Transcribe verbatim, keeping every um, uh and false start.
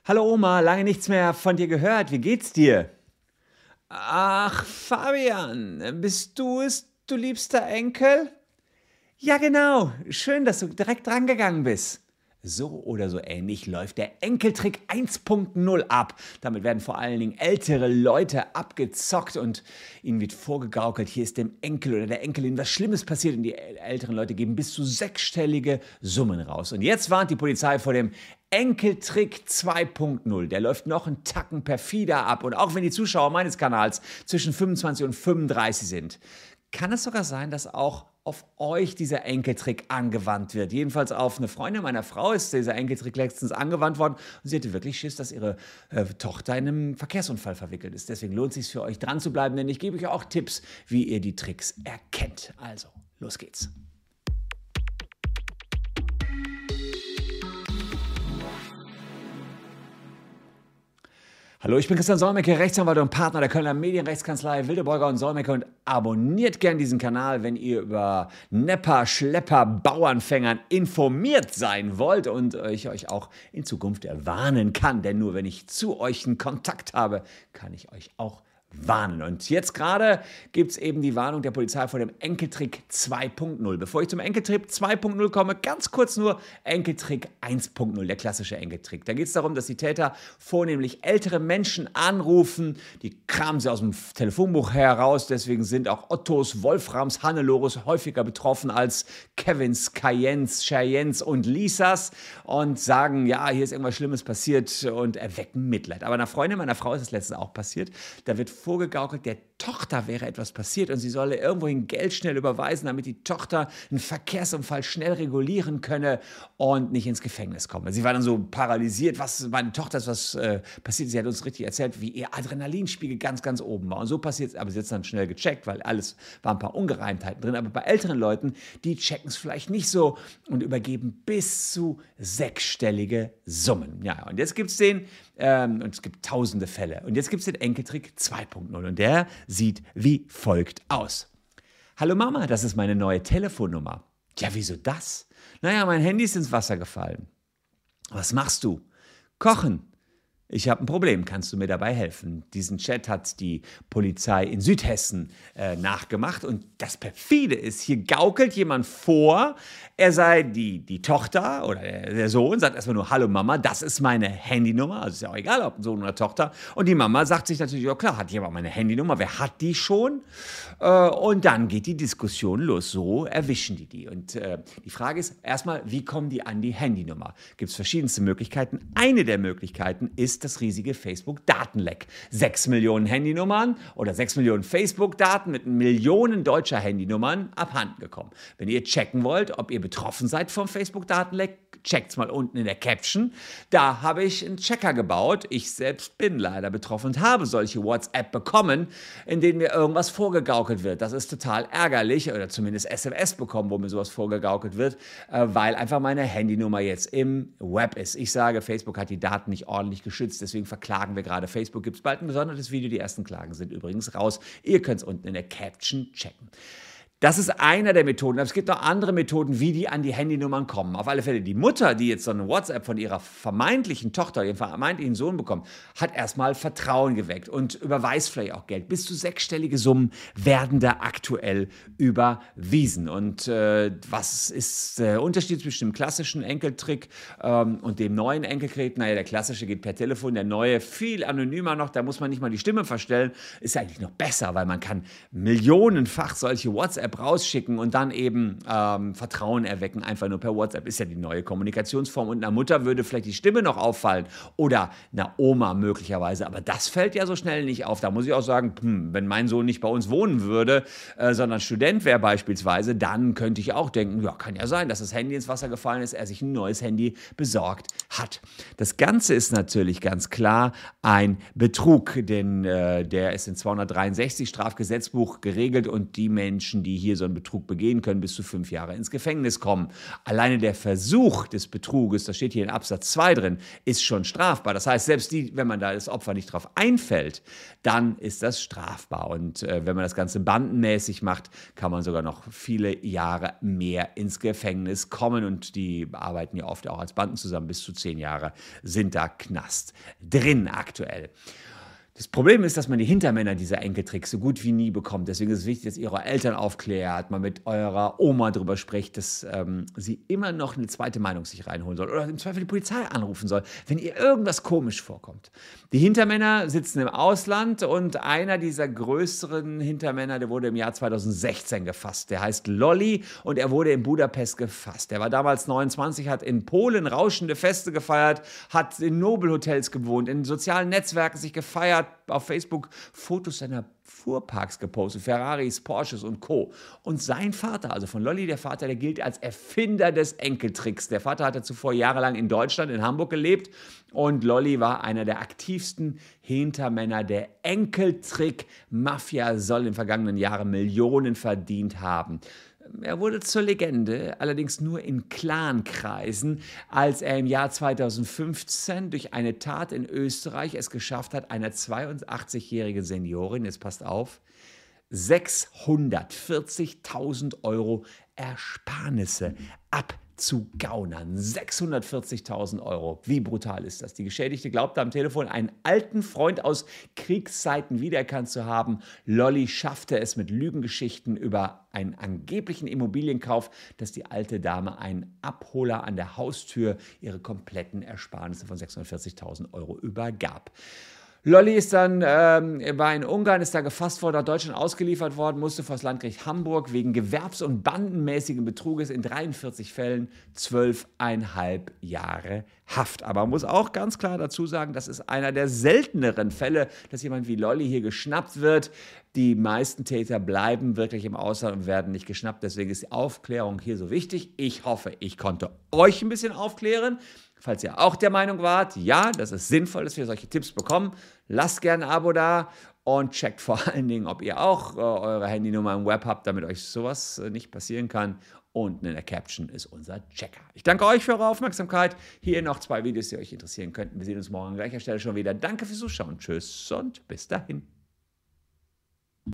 Hallo Oma, lange nichts mehr von dir gehört. Wie geht's dir? Ach, Fabian, bist du es, du liebster Enkel? Ja, genau. Schön, dass du direkt drangegangen bist. So oder so ähnlich läuft der Enkeltrick eins Punkt null ab. Damit werden vor allen Dingen ältere Leute abgezockt und ihnen wird vorgegaukelt, hier ist dem Enkel oder der Enkelin was Schlimmes passiert und die älteren Leute geben bis zu sechsstellige Summen raus. Und jetzt warnt die Polizei vor dem Enkeltrick zwei Punkt null. Der läuft noch einen Tacken perfider ab und auch wenn die Zuschauer meines Kanals zwischen fünfundzwanzig und fünfunddreißig sind, kann es sogar sein, dass auch auf euch dieser Enkeltrick angewandt wird. Jedenfalls auf eine Freundin meiner Frau ist dieser Enkeltrick letztens angewandt worden und sie hatte wirklich Schiss, dass ihre äh, Tochter in einem Verkehrsunfall verwickelt ist. Deswegen lohnt es sich für euch dran zu bleiben, denn ich gebe euch auch Tipps, wie ihr die Tricks erkennt. Also, los geht's. Hallo, ich bin Christian Solmecke, Rechtsanwalt und Partner der Kölner Medienrechtskanzlei Wildeborger und Solmecke und abonniert gern diesen Kanal, wenn ihr über Nepper, Schlepper, Bauernfängern informiert sein wollt und ich euch auch in Zukunft warnen kann. Denn nur wenn ich zu euch einen Kontakt habe, kann ich euch auch warnen. Und jetzt gerade gibt es eben die Warnung der Polizei vor dem Enkeltrick zwei Punkt null. Bevor ich zum Enkeltrick zwei Punkt null komme, ganz kurz nur Enkeltrick eins Punkt null, der klassische Enkeltrick. Da geht es darum, dass die Täter vornehmlich ältere Menschen anrufen, die kramen sie aus dem Telefonbuch heraus, deswegen sind auch Ottos, Wolframs, Hannelores häufiger betroffen als Kevins, Cayennes, Cheyennes und Lisas und sagen, ja, hier ist irgendwas Schlimmes passiert und erwecken Mitleid. Aber einer Freundin meiner Frau ist das letztens auch passiert, da wird vorgegaukelt, der Tochter wäre etwas passiert und sie solle irgendwohin Geld schnell überweisen, damit die Tochter einen Verkehrsunfall schnell regulieren könne und nicht ins Gefängnis komme. Sie war dann so paralysiert, was meine Tochter ist was äh, passiert. Sie hat uns richtig erzählt, wie ihr Adrenalinspiegel ganz, ganz oben war. Und so passiert es, aber sie hat es dann schnell gecheckt, weil alles war ein paar Ungereimtheiten drin. Aber bei älteren Leuten, die checken es vielleicht nicht so und übergeben bis zu sechsstellige Summen. Ja, und jetzt gibt es den, ähm, und es gibt tausende Fälle. Und jetzt gibt es den Enkeltrick zwei Punkt null und der sieht wie folgt aus. Hallo Mama, das ist meine neue Telefonnummer. Ja, wieso das? Naja, mein Handy ist ins Wasser gefallen. Was machst du? Kochen. Ich habe ein Problem, kannst du mir dabei helfen? Diesen Chat hat die Polizei in Südhessen äh, nachgemacht und das perfide ist, hier gaukelt jemand vor, er sei die, die Tochter oder der, der Sohn, sagt erstmal nur, hallo Mama, das ist meine Handynummer, also ist ja auch egal, ob ein Sohn oder Tochter. Und die Mama sagt sich natürlich, ja klar, hat jemand meine Handynummer, wer hat die schon? Äh, und dann geht die Diskussion los, so erwischen die die. Und äh, die Frage ist erstmal, wie kommen die an die Handynummer? Gibt es verschiedenste Möglichkeiten. Eine der Möglichkeiten ist das riesige Facebook-Datenleck. Sechs Millionen Handynummern oder sechs Millionen Facebook-Daten mit Millionen deutscher Handynummern abhanden gekommen. Wenn ihr checken wollt, ob ihr betroffen seid vom Facebook-Datenleck, checkt's mal unten in der Caption. Da habe ich einen Checker gebaut. Ich selbst bin leider betroffen und habe solche WhatsApp bekommen, in denen mir irgendwas vorgegaukelt wird. Das ist total ärgerlich oder zumindest S M S bekommen, wo mir sowas vorgegaukelt wird, weil einfach meine Handynummer jetzt im Web ist. Ich sage, Facebook hat die Daten nicht ordentlich geschützt, deswegen verklagen wir gerade Facebook. Gibt es bald ein gesondertes Video, die ersten Klagen sind übrigens raus. Ihr könnt es unten in der Caption checken. Das ist einer der Methoden. Aber es gibt noch andere Methoden, wie die an die Handynummern kommen. Auf alle Fälle, die Mutter, die jetzt so eine WhatsApp von ihrer vermeintlichen Tochter, ihrem vermeintlichen Sohn bekommt, hat erstmal Vertrauen geweckt und überweist vielleicht auch Geld. Bis zu sechsstellige Summen werden da aktuell überwiesen. Und äh, was ist der Unterschied zwischen dem klassischen Enkeltrick ähm, und dem neuen Enkeltrick? Naja, der klassische geht per Telefon, der neue viel anonymer noch, da muss man nicht mal die Stimme verstellen. Ist eigentlich noch besser, weil man kann millionenfach solche WhatsApp rausschicken und dann eben ähm, Vertrauen erwecken, einfach nur per WhatsApp. Ist ja die neue Kommunikationsform und einer Mutter würde vielleicht die Stimme noch auffallen oder einer Oma möglicherweise, aber das fällt ja so schnell nicht auf. Da muss ich auch sagen, hm, wenn mein Sohn nicht bei uns wohnen würde, äh, sondern Student wäre beispielsweise, dann könnte ich auch denken, ja, kann ja sein, dass das Handy ins Wasser gefallen ist, er sich ein neues Handy besorgt hat. Das Ganze ist natürlich ganz klar ein Betrug, denn äh, der ist in zweihundertdreiundsechzig Strafgesetzbuch geregelt und die Menschen, die die hier so einen Betrug begehen, können bis zu fünf Jahre ins Gefängnis kommen. Alleine der Versuch des Betruges, das steht hier in Absatz zwei drin, ist schon strafbar. Das heißt, selbst die, wenn man da das Opfer nicht drauf einfällt, dann ist das strafbar. Und äh, wenn man das Ganze bandenmäßig macht, kann man sogar noch viele Jahre mehr ins Gefängnis kommen. Und die arbeiten ja oft auch als Banden zusammen. Bis zu zehn Jahre sind da Knast drin aktuell. Das Problem ist, dass man die Hintermänner dieser Enkeltricks so gut wie nie bekommt. Deswegen ist es wichtig, dass ihr eure Eltern aufklärt, mal mit eurer Oma darüber spricht, dass ähm, sie immer noch eine zweite Meinung sich reinholen soll oder im Zweifel die Polizei anrufen soll, wenn ihr irgendwas komisch vorkommt. Die Hintermänner sitzen im Ausland und einer dieser größeren Hintermänner, der wurde im Jahr zweitausendsechzehn gefasst. Der heißt Lolli und er wurde in Budapest gefasst. Er war damals neunundzwanzig, hat in Polen rauschende Feste gefeiert, hat in Nobelhotels gewohnt, in sozialen Netzwerken sich gefeiert, auf Facebook Fotos seiner Fuhrparks gepostet, Ferraris, Porsches und Co. Und sein Vater, also von Lolli, der Vater, der gilt als Erfinder des Enkeltricks. Der Vater hatte zuvor jahrelang in Deutschland, in Hamburg gelebt und Lolli war einer der aktivsten Hintermänner der Enkeltrick-Mafia, soll in den vergangenen Jahren Millionen verdient haben. Er wurde zur Legende, allerdings nur in Clankreisen, als er im Jahr zweitausendfünfzehn durch eine Tat in Österreich es geschafft hat, einer zweiundachtzigjährigen Seniorin, jetzt passt auf, sechshundertvierzigtausend Euro Ersparnisse abzugaunern. sechshundertvierzigtausend Euro. Wie brutal ist das? Die Geschädigte glaubte am Telefon, einen alten Freund aus Kriegszeiten wiedererkannt zu haben. Lolli schaffte es mit Lügengeschichten über einen angeblichen Immobilienkauf, dass die alte Dame einen Abholer an der Haustür ihre kompletten Ersparnisse von sechshundertvierzigtausend Euro übergab. Lolli ist dann, ähm, war in Ungarn, ist da gefasst worden, nach Deutschland ausgeliefert worden, musste vor das Landgericht Hamburg wegen gewerbs- und bandenmäßigen Betruges in dreiundvierzig Fällen zwölfeinhalb Jahre Haft. Aber man muss auch ganz klar dazu sagen, das ist einer der selteneren Fälle, dass jemand wie Lolli hier geschnappt wird. Die meisten Täter bleiben wirklich im Ausland und werden nicht geschnappt. Deswegen ist die Aufklärung hier so wichtig. Ich hoffe, ich konnte euch ein bisschen aufklären. Falls ihr auch der Meinung wart, ja, das ist sinnvoll, dass wir solche Tipps bekommen, lasst gerne ein Abo da und checkt vor allen Dingen, ob ihr auch äh, eure Handynummer im Web habt, damit euch sowas äh, nicht passieren kann. Unten in der Caption ist unser Checker. Ich danke euch für eure Aufmerksamkeit. Hier noch zwei Videos, die euch interessieren könnten. Wir sehen uns morgen an gleicher Stelle schon wieder. Danke fürs Zuschauen. Tschüss und bis dahin.